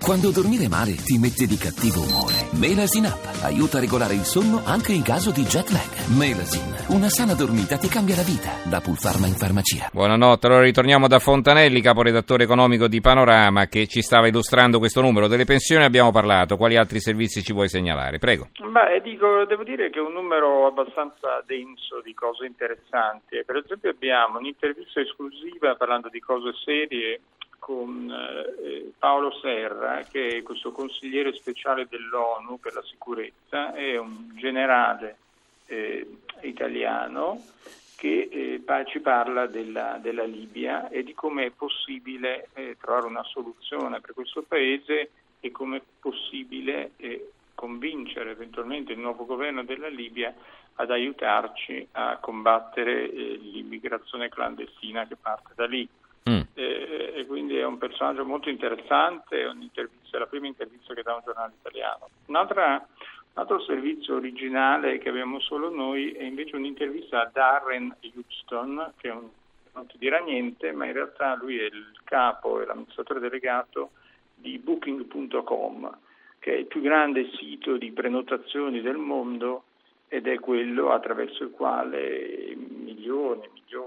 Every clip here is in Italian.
Quando dormire male ti mette di cattivo umore. Melasin Up aiuta a regolare il sonno anche in caso di jet lag. Melasin, una sana dormita ti cambia la vita. Da Pulpharma in farmacia. Buonanotte, allora ritorniamo da Fontanelli, caporedattore economico di Panorama, che ci stava illustrando questo numero. Delle pensioni abbiamo parlato, quali altri servizi ci vuoi segnalare? Prego. Devo dire che è un numero abbastanza denso di cose interessanti. Per esempio abbiamo un'intervista esclusiva parlando di cose serie con Paolo Serra, che è questo consigliere speciale dell'ONU per la sicurezza, è un generale italiano che ci parla della Libia e di come è possibile trovare una soluzione per questo paese e come è possibile convincere eventualmente il nuovo governo della Libia ad aiutarci a combattere l'immigrazione clandestina che parte da lì. E quindi è un personaggio molto interessante, è la prima intervista che dà un giornale italiano. Un altro servizio originale che abbiamo solo noi è invece un'intervista a Darren Houston, che non ti dirà niente, ma in realtà lui è il capo e l'amministratore delegato di Booking.com, che è il più grande sito di prenotazioni del mondo ed è quello attraverso il quale milioni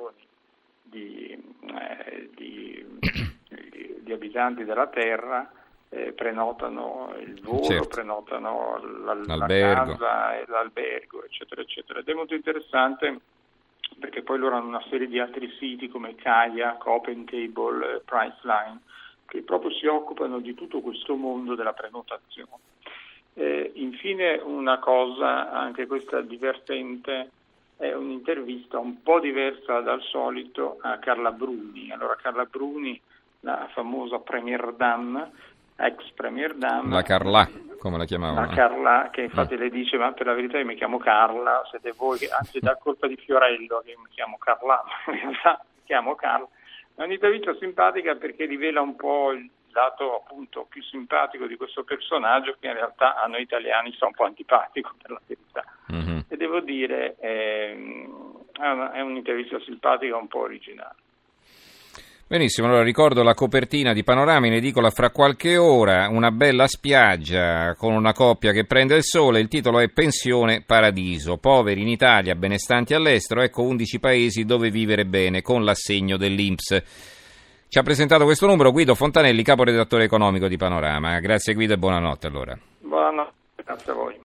di abitanti della terra prenotano il volo, certo, prenotano la l'albergo, casa e l'albergo, eccetera, eccetera. Ed è molto interessante perché poi loro hanno una serie di altri siti come Kayak, OpenTable, Priceline, che proprio si occupano di tutto questo mondo della prenotazione. Infine una cosa, anche questa divertente, è un'intervista un po' diversa dal solito a Carla Bruni. Allora Carla Bruni, la famosa Premier Dame, ex Premier Dame. La Carla, come la chiamavano. La Carla, che infatti le dice, ma per la verità io mi chiamo Carla, siete voi, anzi dà colpa di Fiorello che mi chiamo Carla, ma in realtà mi chiamo Carla. È un'intervista simpatica perché rivela un po' il lato appunto più simpatico di questo personaggio che in realtà a noi italiani sta un po' antipatico per la verità. Mm-hmm. E devo dire è un'intervista simpatica, un po' originale. Benissimo, allora ricordo la copertina di Panorama in edicola fra qualche ora, una bella spiaggia con una coppia che prende il sole, il titolo è Pensione Paradiso, poveri in Italia, benestanti all'estero, ecco 11 paesi dove vivere bene con l'assegno dell'INPS. Ci ha presentato questo numero Guido Fontanelli, caporedattore economico di Panorama. Grazie Guido e buonanotte allora. Buonanotte, grazie a voi.